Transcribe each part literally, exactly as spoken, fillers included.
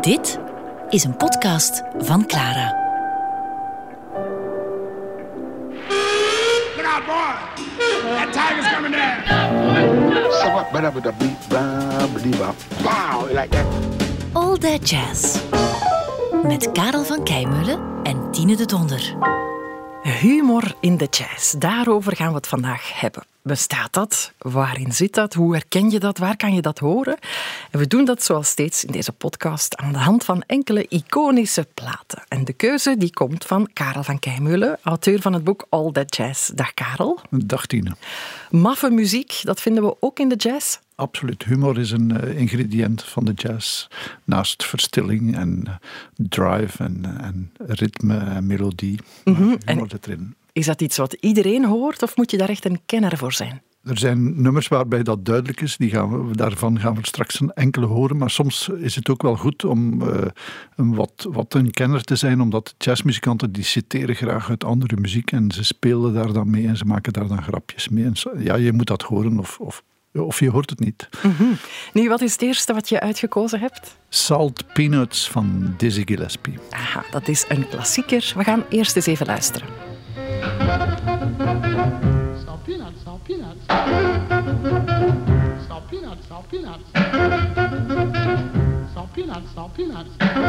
Dit is een podcast van Clara. Look out, boy! That tiger's coming down! Somewhat better with the beat, blah, blah, blah, like that. All That Jazz. Met Karel van Keimeulen en Tine de Donder. Humor in de jazz, daarover gaan we het vandaag hebben. Bestaat dat? Waarin zit dat? Hoe herken je dat? Waar kan je dat horen? En we doen dat zoals steeds in deze podcast aan de hand van enkele iconische platen. En de keuze die komt van Karel van Keimeulen, auteur van het boek All That Jazz. Dag Karel. Dag Tine. Maffe muziek, dat vinden we ook in de jazz? Absoluut. Humor is een uh, ingrediënt van de jazz. Naast verstilling en uh, drive en, uh, en ritme en melodie. Mm-hmm. Humor zit erin. Is dat iets wat iedereen hoort of moet je daar echt een kenner voor zijn? Er zijn nummers waarbij dat duidelijk is. Die gaan we, daarvan gaan we straks een enkele horen. Maar soms is het ook wel goed om uh, een wat, wat een kenner te zijn. Omdat jazzmuzikanten die citeren graag uit andere muziek. En ze spelen daar dan mee en ze maken daar dan grapjes mee. En zo, ja, je moet dat horen of, of, of je hoort het niet. Mm-hmm. Nu, wat is het eerste wat je uitgekozen hebt? Salt Peanuts van Dizzy Gillespie. Aha, dat is een klassieker. We gaan eerst eens even luisteren. Salt peanuts, salt peanuts. Salt peanuts, salt peanuts. Salt peanuts, salt peanuts.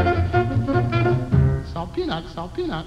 Salt peanuts, salt peanuts.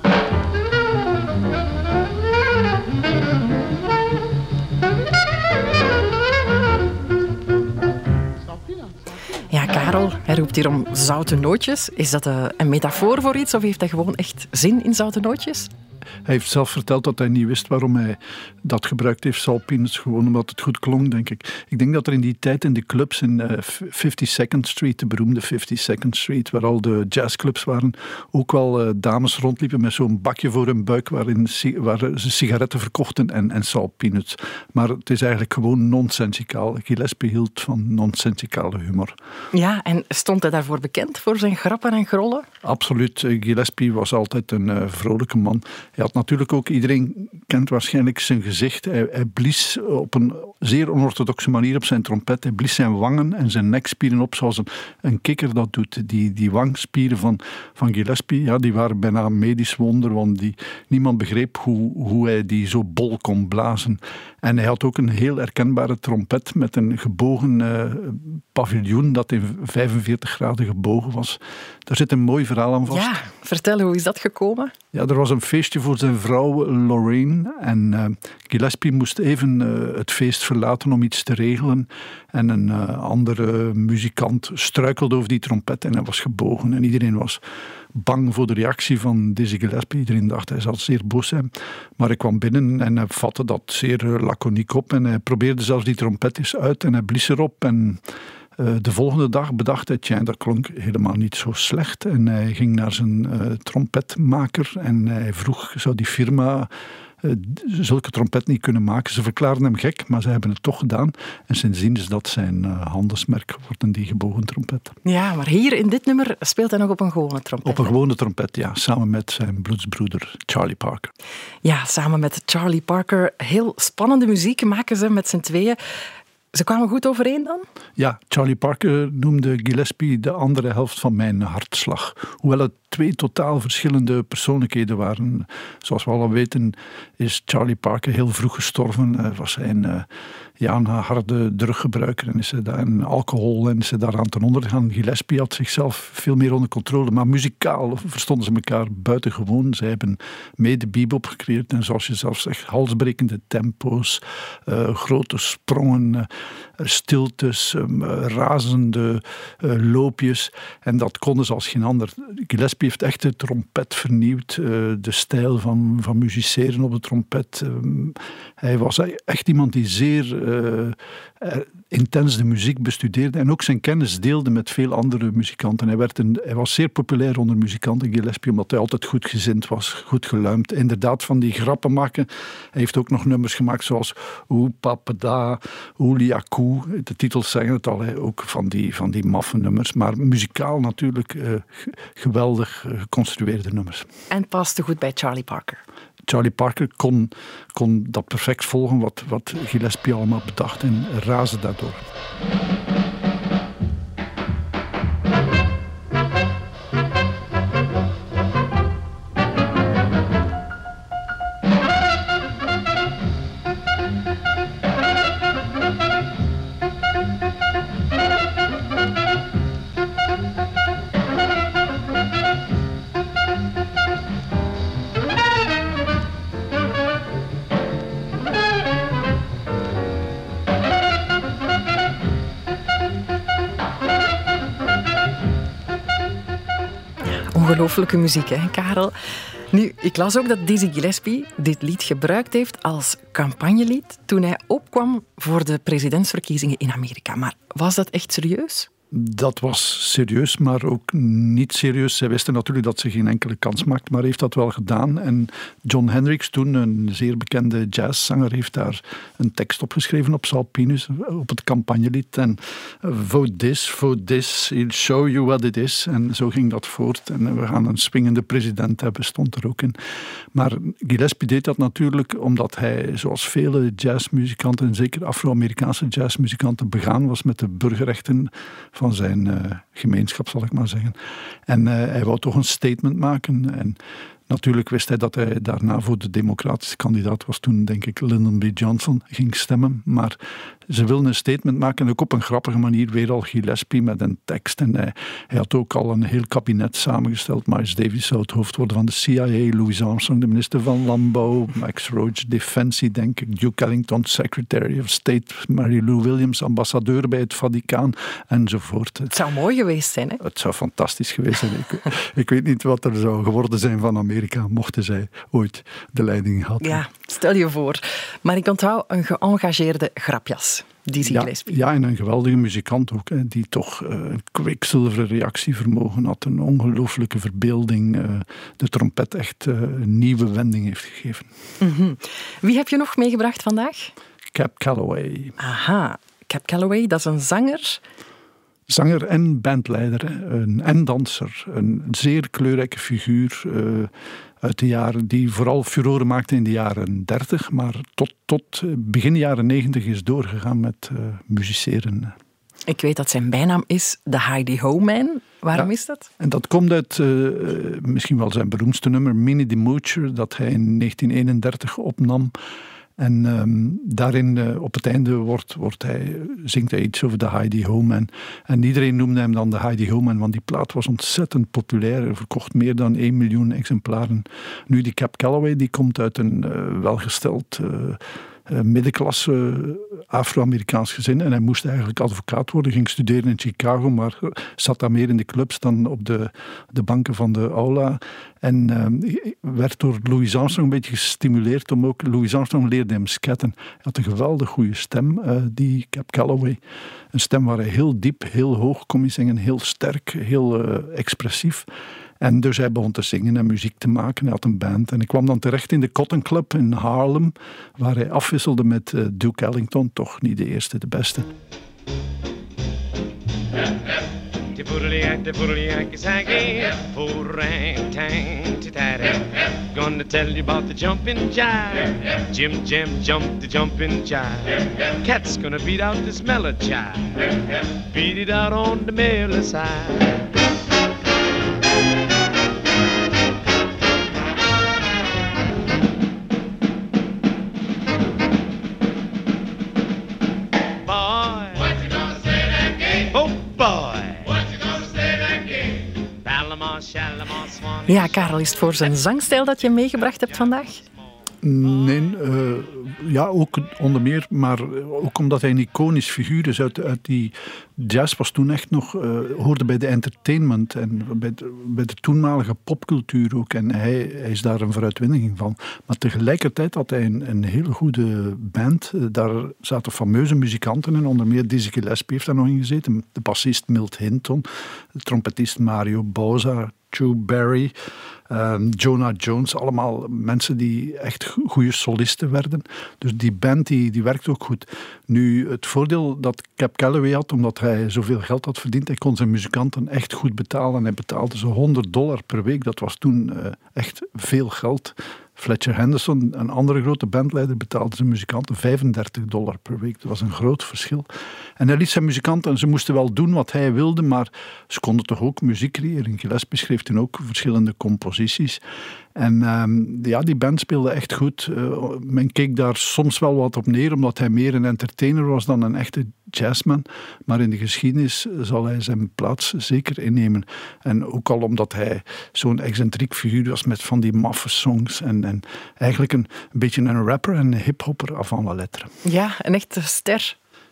Ja, Karel, hij roept hier om zoute nootjes. Is dat een metafoor voor iets of heeft hij gewoon echt zin in zoute nootjes? Hij heeft zelf verteld dat hij niet wist waarom hij dat gebruikt heeft, Salt Peanuts, gewoon omdat het goed klonk, denk ik. Ik denk dat er in die tijd in de clubs in uh, fifty-second Street, de beroemde fifty-second Street, waar al de jazzclubs waren, ook wel uh, dames rondliepen met zo'n bakje voor hun buik waarin waar ze sigaretten verkochten en, en Salt Peanuts. Maar het is eigenlijk gewoon nonsensicaal. Gillespie hield van nonsensicale humor. Ja, en stond hij daarvoor bekend, voor zijn grappen en grollen? Absoluut. Gillespie was altijd een uh, vrolijke man. Hij had natuurlijk ook, iedereen kent waarschijnlijk zijn gezicht. Hij, hij blies op een zeer onorthodoxe manier op zijn trompet. Hij blies zijn wangen en zijn nekspieren op zoals een, een kikker dat doet. Die, die wangspieren van, van Gillespie, ja, die waren bijna een medisch wonder, want die, niemand begreep hoe, hoe hij die zo bol kon blazen. En hij had ook een heel herkenbare trompet met een gebogen uh, paviljoen dat in vijfenveertig graden gebogen was. Daar zit een mooi verhaal aan vast. Ja, vertel, hoe is dat gekomen? Ja, er was een feestje voor zijn vrouw Lorraine en uh, Gillespie moest even uh, het feest verlaten om iets te regelen en een uh, andere muzikant struikelde over die trompet en hij was gebogen en iedereen was bang voor de reactie van Dizzy Gillespie. Iedereen dacht hij zal zeer boos zijn, maar hij kwam binnen en hij vatte dat zeer uh, laconiek op en hij probeerde zelfs die trompet eens uit en hij blies erop en Uh, de volgende dag bedacht hij, tja, dat klonk helemaal niet zo slecht. En hij ging naar zijn uh, trompetmaker en hij vroeg, zou die firma uh, zulke trompet niet kunnen maken? Ze verklaarden hem gek, maar ze hebben het toch gedaan. En sindsdien is dat zijn uh, handelsmerk geworden, die gebogen trompet. Ja, maar hier in dit nummer speelt hij nog op een gewone trompet. Op een gewone trompet, ja. Samen met zijn bloedsbroeder Charlie Parker. Ja, samen met Charlie Parker. Heel spannende muziek maken ze met z'n tweeën. Ze kwamen goed overeen dan? Ja, Charlie Parker noemde Gillespie de andere helft van mijn hartslag. Hoewel het twee totaal verschillende persoonlijkheden waren. Zoals we al weten is Charlie Parker heel vroeg gestorven. Hij was een, uh, ja, een harde druggebruiker en is hij daar in alcohol en is hij daaraan ten onder gegaan. Gillespie had zichzelf veel meer onder controle, maar muzikaal verstonden ze elkaar buitengewoon. Zij hebben mede bebop gecreëerd en zoals je zelf zegt, halsbrekende tempo's, uh, grote sprongen, uh, stiltes, um, razende uh, loopjes en dat konden ze als geen ander. Gillespie heeft echt de trompet vernieuwd, uh, de stijl van, van musiceren op de trompet. Um, hij was echt iemand die zeer uh, intens de muziek bestudeerde en ook zijn kennis deelde met veel andere muzikanten. Hij, werd een, hij was zeer populair onder muzikanten, Gillespie, omdat hij altijd goed gezind was, goed geluimd. Inderdaad, van die grappen maken. Hij heeft ook nog nummers gemaakt zoals Oeh Papada, Oeh Liakou. De titels zeggen het al, hè. Ook van die, van die maffe nummers. Maar muzikaal natuurlijk uh, geweldig uh, geconstrueerde nummers. En paste goed bij Charlie Parker. Charlie Parker kon, kon dat perfect volgen wat, wat Gillespie allemaal bedacht en raasde daardoor. Ongelooflijke muziek, hè, Karel? Nu, ik las ook dat Dizzy Gillespie dit lied gebruikt heeft als campagnelied toen hij opkwam voor de presidentsverkiezingen in Amerika. Maar was dat echt serieus? Dat was serieus, maar ook niet serieus. Zij wisten natuurlijk dat ze geen enkele kans maakte, maar heeft dat wel gedaan. En John Hendricks, toen een zeer bekende jazzzanger, heeft daar een tekst opgeschreven op Salpinus, op het campagnelied. En vote this, vote this, he'll show you what it is. En zo ging dat voort. En we gaan een swingende president hebben, stond er ook in. Maar Gillespie deed dat natuurlijk omdat hij, zoals vele jazzmuzikanten, en zeker Afro-Amerikaanse jazzmuzikanten, begaan was met de burgerrechten van zijn uh, gemeenschap, zal ik maar zeggen. En uh, hij wou toch een statement maken. En natuurlijk wist hij dat hij daarna voor de democratische kandidaat was. Toen, denk ik, Lyndon B. Johnson ging stemmen. Maar ze wilden een statement maken. En ook op een grappige manier weer al Gillespie met een tekst. En hij, hij had ook al een heel kabinet samengesteld. Miles Davis zou het hoofd worden van de C I A. Louis Armstrong, de minister van Landbouw. Max Roach, Defensie, denk ik. Duke Ellington, Secretary of State. Mary Lou Williams, ambassadeur bij het Vaticaan. Enzovoort. Het zou mooi geweest zijn, hè? Het zou fantastisch geweest zijn. ik, ik weet niet wat er zou geworden zijn van Amerika, mochten zij ooit de leiding hadden. Ja, stel je voor. Maar ik onthoud een geëngageerde grapjas, Dizzy ja, Gillespie. Ja, en een geweldige muzikant ook, hè, die toch uh, een kwikzilveren reactievermogen had, een ongelooflijke verbeelding, uh, de trompet echt uh, een nieuwe wending heeft gegeven. Mm-hmm. Wie heb je nog meegebracht vandaag? Cab Calloway. Aha, Cab Calloway, dat is een zanger. Zanger en bandleider een, en danser. Een zeer kleurrijke figuur uh, uit de jaren die vooral furore maakte in de jaren dertig, maar tot, tot begin jaren negentig is doorgegaan met uh, musiceren. Ik weet dat zijn bijnaam is de Heidi Ho Man. Waarom ja, is dat? En dat komt uit uh, misschien wel zijn beroemdste nummer, Minnie the Moocher, dat hij in negentien eenendertig opnam. En um, daarin, uh, op het einde, wordt, wordt hij, zingt hij iets over de Heidi Ho Man. En iedereen noemde hem dan de Heidi Ho Man, want die plaat was ontzettend populair. Hij verkocht meer dan één miljoen exemplaren. Nu, die Cab Calloway, die komt uit een uh, welgesteld uh, uh, middenklasse Afro-Amerikaans gezin. En hij moest eigenlijk advocaat worden, ging studeren in Chicago, maar zat daar meer in de clubs dan op de, de banken van de aula. En uh, werd door Louis Armstrong een beetje gestimuleerd om ook... Louis Armstrong leerde hem sketten. Hij had een geweldig goede stem, uh, die Cab Calloway. Een stem waar hij heel diep, heel hoog kon zingen, heel sterk, heel uh, expressief. En dus hij begon te zingen en muziek te maken. Hij had een band. En ik kwam dan terecht in de Cotton Club in Harlem, waar hij afwisselde met uh, Duke Ellington. Toch niet de eerste, de beste. Gonna tell you about the jumping jive. Jim Jam jumped the jumping jive. Cat's gonna beat out this mellow jive. Beat it out on the mellow side. Ja, Karel, is het voor zijn zangstijl dat je meegebracht hebt vandaag? Nee, uh, ja, ook onder meer, maar ook omdat hij een iconisch figuur is uit, uit die jazz was toen echt nog, uh, hoorde bij de entertainment en bij de, bij de toenmalige popcultuur ook. En hij, hij is daar een vooruitwinning van. Maar tegelijkertijd had hij een, een hele goede band. Daar zaten fameuze muzikanten in, onder meer Dizzy Gillespie heeft daar nog in gezeten. De bassist Milt Hinton, de trompetist Mario Bauza, Joe Barry, um, Jonah Jones, allemaal mensen die echt goede solisten werden. Dus die band die, die werkt ook goed. Nu, het voordeel dat Cab Calloway had, omdat hij zoveel geld had verdiend, hij kon zijn muzikanten echt goed betalen. Hij betaalde ze honderd dollar per week. Dat was toen uh, echt veel geld. Fletcher Henderson, een andere grote bandleider, betaalde zijn muzikanten vijfendertig dollar per week. Dat was een groot verschil. En hij liet zijn muzikanten, en ze moesten wel doen wat hij wilde, maar ze konden toch ook muziek creëren. Gillespie schreef toen ook verschillende composities. En um, ja, die band speelde echt goed. Uh, men keek daar soms wel wat op neer, omdat hij meer een entertainer was dan een echte jazzman. Maar in de geschiedenis zal hij zijn plaats zeker innemen. En ook al omdat hij zo'n excentriek figuur was met van die maffe songs. En, en eigenlijk een, een beetje een rapper en een hiphopper avant la lettre. Ja, een echte ster.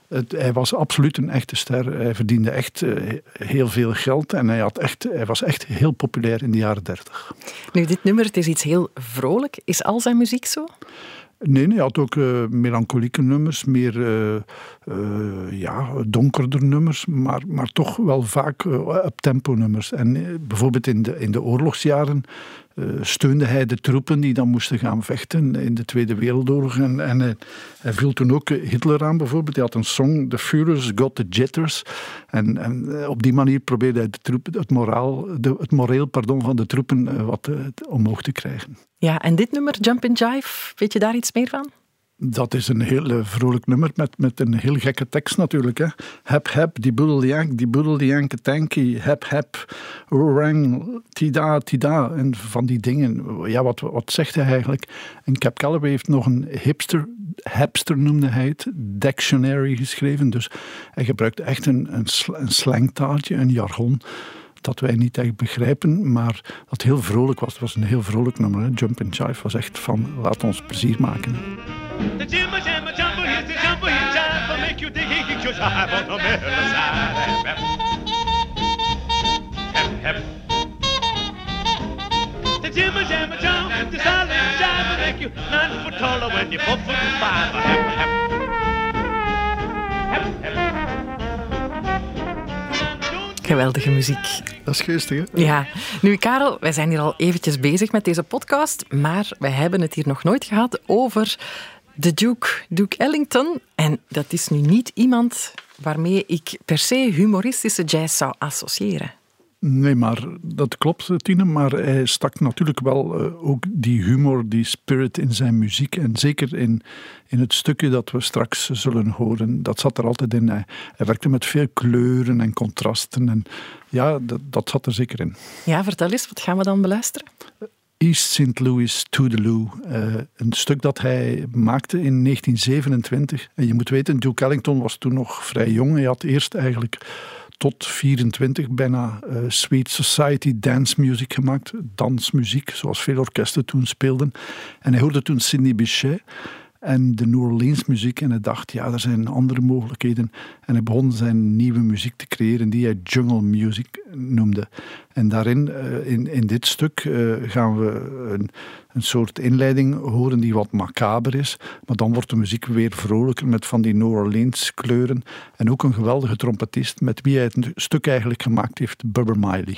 Het, hij was absoluut een echte ster. Hij verdiende echt uh, heel veel geld en hij, had echt, hij was echt heel populair in de jaren dertig. Nu, dit nummer, het is iets heel vrolijk. Is al zijn muziek zo? Nee, nee, hij had ook uh, melancholieke nummers, meer uh, uh, ja, donkerder nummers, maar, maar toch wel vaak uh, up-tempo nummers. En uh, bijvoorbeeld in de, in de oorlogsjaren uh, steunde hij de troepen die dan moesten gaan vechten in de Tweede Wereldoorlog. En, en uh, hij viel toen ook Hitler aan bijvoorbeeld. Hij had een song, The Führer's Got the Jitters. En, en uh, op die manier probeerde hij de troepen, het, moraal, de, het moreel pardon, van de troepen uh, wat uh, omhoog te krijgen. Ja, en dit nummer, Jump and Jive, weet je daar iets meer van? Dat is een heel uh, vrolijk nummer met, met een heel gekke tekst natuurlijk. Hè. Hep, hep, die boedel jank, die boedel die janke tanky. Hep, hep, orang, tida, tida. En van die dingen. Ja, wat, wat zegt hij eigenlijk? En Cab Calloway heeft nog een hipster, hipster noemde hij het, dictionary geschreven. Dus hij gebruikt echt een, een, een slangtaaltje, een jargon, dat wij niet echt begrijpen, maar dat heel vrolijk was. Het was een heel vrolijk nummer. Hè. Jump and Jive was echt van, laat ons plezier maken. The jimma jamma jumbo, here's the jumbo, here's jive, will make you dig, dig, your jive on the middle side. Hep, hep, hep. The jimma jamma jump, the silent jive will make you nine foot taller when you're four foot five. Hep, hep, hep, hep. Geweldige muziek. Dat is geestig, hè? Ja. Nu, Karel, wij zijn hier al eventjes bezig met deze podcast, maar wij hebben het hier nog nooit gehad over de Duke, Duke Ellington. En dat is nu niet iemand waarmee ik per se humoristische jazz zou associëren. Nee, maar dat klopt, Tine. Maar hij stak natuurlijk wel uh, ook die humor, die spirit in zijn muziek. En zeker in, in het stukje dat we straks zullen horen. Dat zat er altijd in. Hij, hij werkte met veel kleuren en contrasten. En ja, dat, dat zat er zeker in. Ja, vertel eens, wat gaan we dan beluisteren? East Saint Louis Toodaloo. Uh, een stuk dat hij maakte in negentien zevenentwintig. En je moet weten, Duke Ellington was toen nog vrij jong. Hij had eerst eigenlijk tot vierentwintig bijna uh, Sweet Society dance music gemaakt. Dansmuziek, zoals veel orkesten toen speelden. En hij hoorde toen Sidney Bechet en de New Orleans muziek. En hij dacht, ja, er zijn andere mogelijkheden. En hij begon zijn nieuwe muziek te creëren, die hij jungle music noemde. En daarin, uh, in, in dit stuk, uh, gaan we een, een soort inleiding horen die wat macaber is. Maar dan wordt de muziek weer vrolijker met van die New Orleans kleuren. En ook een geweldige trompetist met wie hij het stuk eigenlijk gemaakt heeft, Bubber Miley.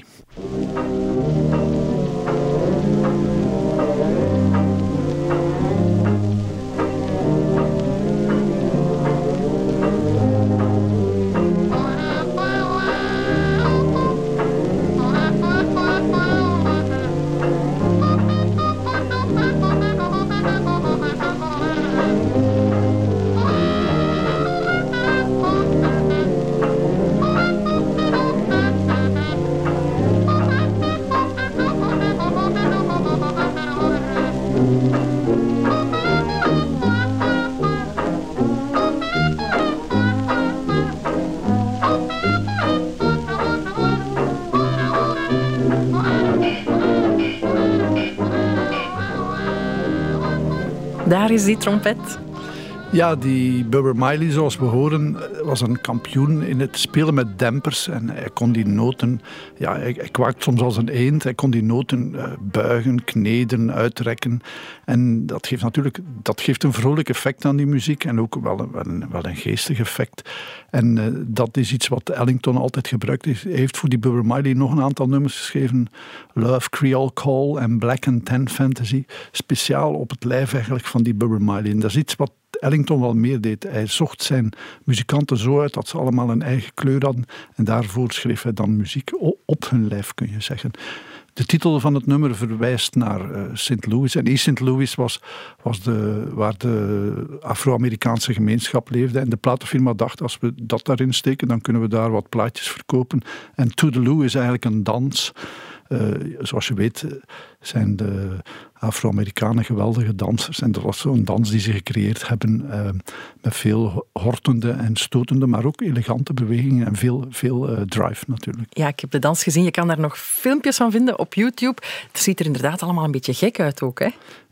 Daar is die trompet. Ja, die Bubber Miley, zoals we horen, was een kampioen in het spelen met dempers. En hij kon die noten, ja, hij, hij kwaakt soms als een eend. Hij kon die noten uh, buigen, kneden, uitrekken. En dat geeft natuurlijk dat geeft een vrolijk effect aan die muziek. En ook wel een, wel een, wel een geestig effect. En uh, dat is iets wat Ellington altijd gebruikt heeft. Hij heeft voor die Bubber Miley nog een aantal nummers geschreven. Love, Creole Call en Black and Tan Fantasy. Speciaal op het lijf eigenlijk van die Bubber Miley. En dat is iets wat Ellington wel meer deed. Hij zocht zijn muzikanten zo uit dat ze allemaal een eigen kleur hadden. En daarvoor schreef hij dan muziek op hun lijf, kun je zeggen. De titel van het nummer verwijst naar uh, Saint Louis. En East Saint Louis was, was de, waar de Afro-Amerikaanse gemeenschap leefde. En de platenfirma dacht, als we dat daarin steken, dan kunnen we daar wat plaatjes verkopen. En Toodaloo is eigenlijk een dans. Uh, zoals je weet zijn de Afro-Amerikanen geweldige dansers. En dat was zo'n dans die ze gecreëerd hebben uh, met veel hortende en stotende, maar ook elegante bewegingen en veel, veel uh, drive natuurlijk. Ja, ik heb de dans gezien. Je kan daar nog filmpjes van vinden op YouTube. Het ziet er inderdaad allemaal een beetje gek uit ook, hè?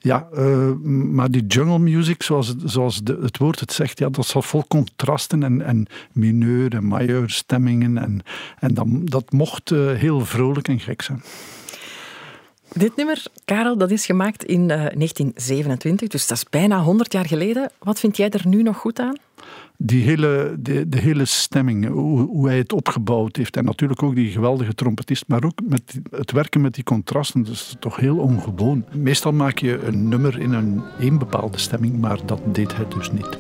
Ja, uh, maar die jungle music, zoals, zoals de, het woord het zegt, ja, dat zat vol contrasten en, en mineur en majeur stemmingen. En, en dat, dat mocht uh, heel vrolijk en gek zijn. Dit nummer, Karel, dat is gemaakt in uh, negentien zevenentwintig, dus dat is bijna honderd jaar geleden. Wat vind jij er nu nog goed aan? Die hele, de, de hele stemming, hoe, hoe hij het opgebouwd heeft. En natuurlijk ook die geweldige trompetist, maar ook met het werken met die contrasten, dat is toch heel ongewoon. Meestal maak je een nummer in een één bepaalde stemming, maar dat deed hij dus niet.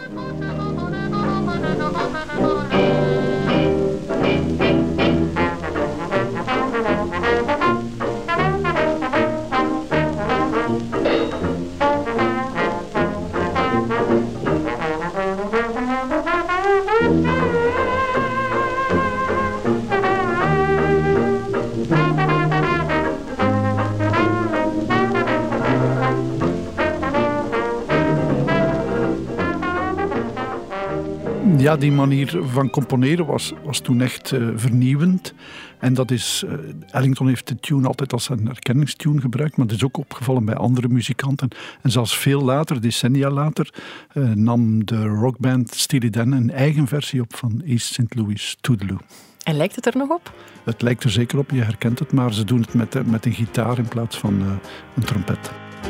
Ja, die manier van componeren was, was toen echt uh, vernieuwend. En dat is... Uh, Ellington heeft de tune altijd als een herkenningstune gebruikt, maar dat is ook opgevallen bij andere muzikanten. En zelfs veel later, decennia later, uh, nam de rockband Steely Dan een eigen versie op van East Saint Louis Toodaloo. En lijkt het er nog op? Het lijkt er zeker op, je herkent het, maar ze doen het met, met een gitaar in plaats van uh, een trompet.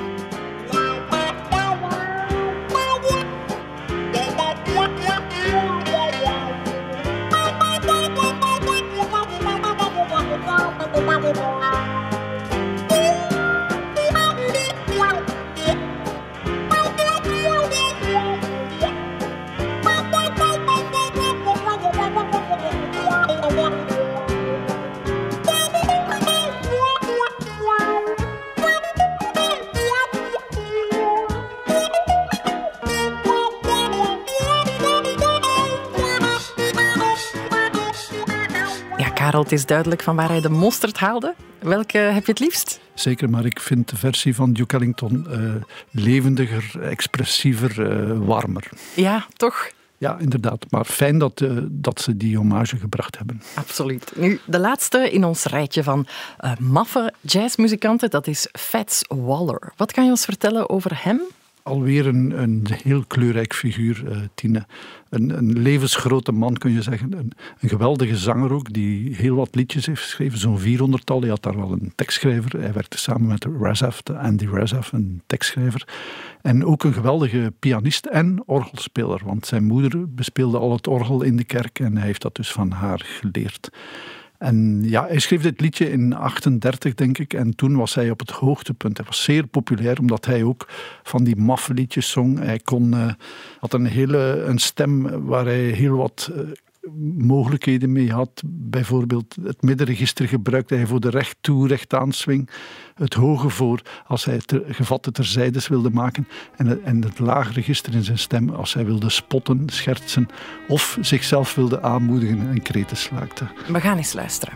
Karel, het is duidelijk van waar hij de mosterd haalde. Welke heb je het liefst? Zeker, maar ik vind de versie van Duke Ellington uh, levendiger, expressiever, uh, warmer. Ja, toch? Ja, inderdaad. Maar fijn dat, uh, dat ze die hommage gebracht hebben. Absoluut. Nu, de laatste in ons rijtje van uh, maffe jazzmuzikanten, dat is Fats Waller. Wat kan je ons vertellen over hem? Alweer een, een heel kleurrijk figuur, uh, Tine. Een, een levensgrote man, kun je zeggen. Een, een geweldige zanger ook, die heel wat liedjes heeft geschreven. Zo'n vierhonderdtal. Hij had daar wel een tekstschrijver. Hij werkte samen met Razaf, de Andy Razaf, een tekstschrijver. En ook een geweldige pianist en orgelspeler. Want zijn moeder bespeelde al het orgel in de kerk en hij heeft dat dus van haar geleerd. En ja, hij schreef dit liedje in achtendertig, denk ik. En toen was hij op het hoogtepunt. Hij was zeer populair, omdat hij ook van die maffe liedjes zong. Hij kon, uh, had een hele een stem waar hij heel wat uh, mogelijkheden mee had. Bijvoorbeeld het middenregister gebruikte hij voor de recht toe, recht aanswing. Het hoge voor als hij ter, gevatte terzijdes wilde maken. En het, en het lage register in zijn stem als hij wilde spotten, schertsen of zichzelf wilde aanmoedigen en kreten slaakte. We gaan eens luisteren.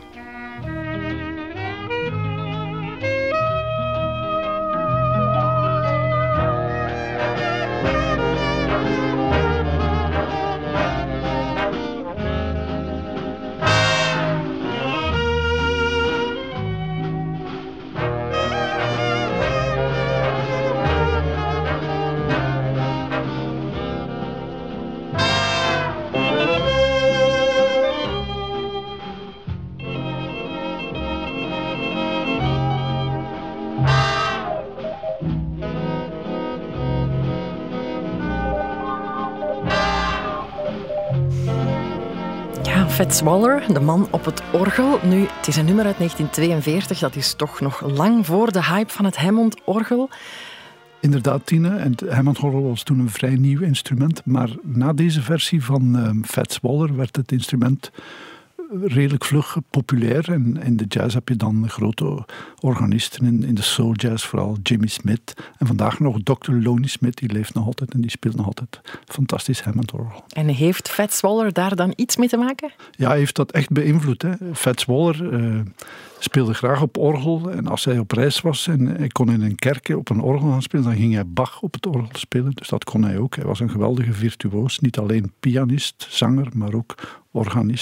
Fats Waller, de man op het orgel. Nu, het is een nummer uit negentien tweeënveertig, dat is toch nog lang voor de hype van het Hammond-orgel. Inderdaad, Tine. En het Hammond-orgel was toen een vrij nieuw instrument. Maar na deze versie van um, Fats Waller werd het instrument redelijk vlug populair. En in de jazz heb je dan grote organisten. In, in de soul jazz vooral Jimmy Smith. En vandaag nog dokter Lonnie Smith, die leeft nog altijd en die speelt nog altijd fantastisch Hammond-orgel. En heeft Fats Waller daar dan iets mee te maken? Ja, hij heeft dat echt beïnvloed. Hè. Fats Waller uh, speelde graag op orgel. En als hij op reis was en hij kon in een kerk op een orgel gaan spelen, dan ging hij Bach op het orgel spelen. Dus dat kon hij ook. Hij was een geweldige virtuoos. Niet alleen pianist, zanger, maar ook organist.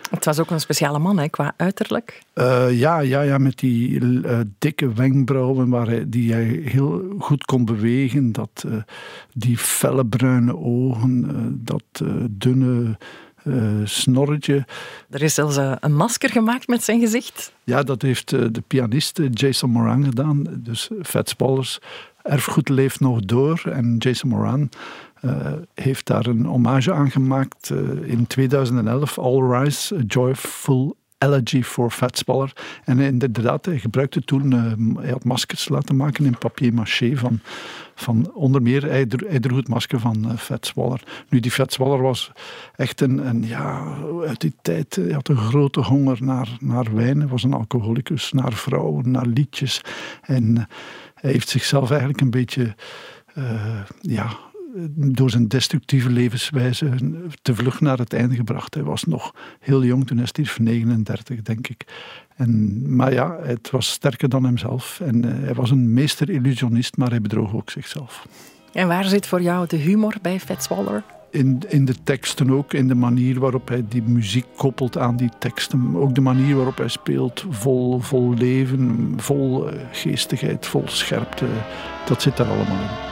Het was ook een speciale man, hè, qua uiterlijk. Uh, ja, ja, ja, met die uh, dikke wenkbrauwen waar hij, die hij heel goed kon bewegen. Dat, uh, die felle bruine ogen, uh, dat uh, dunne uh, snorretje. Er is zelfs uh, een masker gemaakt met zijn gezicht. Ja, dat heeft uh, de pianist Jason Moran gedaan. Dus Fats Wallers erfgoed leeft nog door. En Jason Moran uh, heeft daar een hommage aan gemaakt uh, in tweeduizend elf. All Rise, a Joyful Elegy for Fats Waller. En inderdaad, hij gebruikte toen, uh, hij had maskers laten maken in papier-mâché van, van onder meer, hij droeg, hij droeg het masker van uh, Fats Waller. Nu, die Fats Waller was echt een, een ja, uit die tijd, hij had een grote honger naar, naar wijn, hij was een alcoholicus, naar vrouwen, naar liedjes. En uh, hij heeft zichzelf eigenlijk een beetje, uh, ja, door zijn destructieve levenswijze te vlug naar het einde gebracht. Hij was nog heel jong, toen hij stierf, negenendertig, denk ik. En, maar ja, het was sterker dan hemzelf. En uh, hij was een meester-illusionist, maar hij bedroog ook zichzelf. En waar zit voor jou de humor bij Fats Waller? In, in de teksten ook, in de manier waarop hij die muziek koppelt aan die teksten. Ook de manier waarop hij speelt, vol, vol leven, vol uh, geestigheid, vol scherpte. Dat zit daar allemaal in.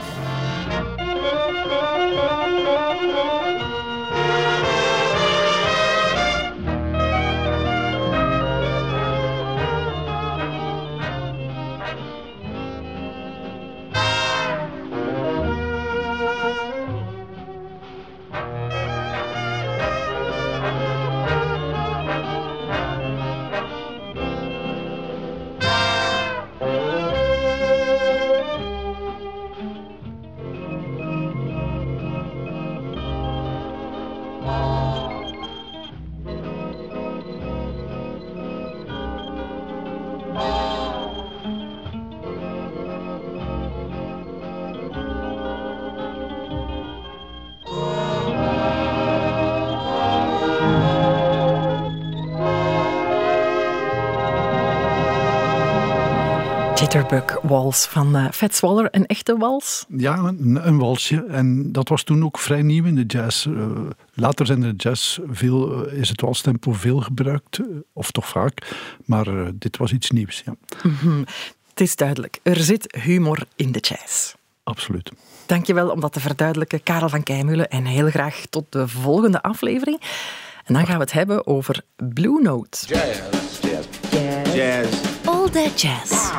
Jitterbug Waltz van uh, Fats Waller, een echte wals? Ja, een, een walsje. En dat was toen ook vrij nieuw in de jazz. Uh, later zijn in de jazz veel, uh, is het walstempo veel gebruikt, uh, of toch vaak. Maar uh, dit was iets nieuws, ja. Mm-hmm. Het is duidelijk, er zit humor in de jazz. Absoluut. Dankjewel om dat te verduidelijken, Karel van Keimeulen. En heel graag tot de volgende aflevering. En dan gaan we het hebben over Blue Note. Jazz. Jazz. Jazz. Jazz. All That Jazz.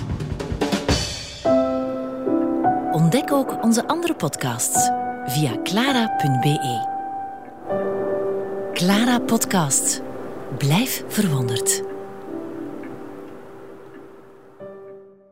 Ontdek ook onze andere podcasts via clara punt b e. Clara Podcast. Blijf verwonderd.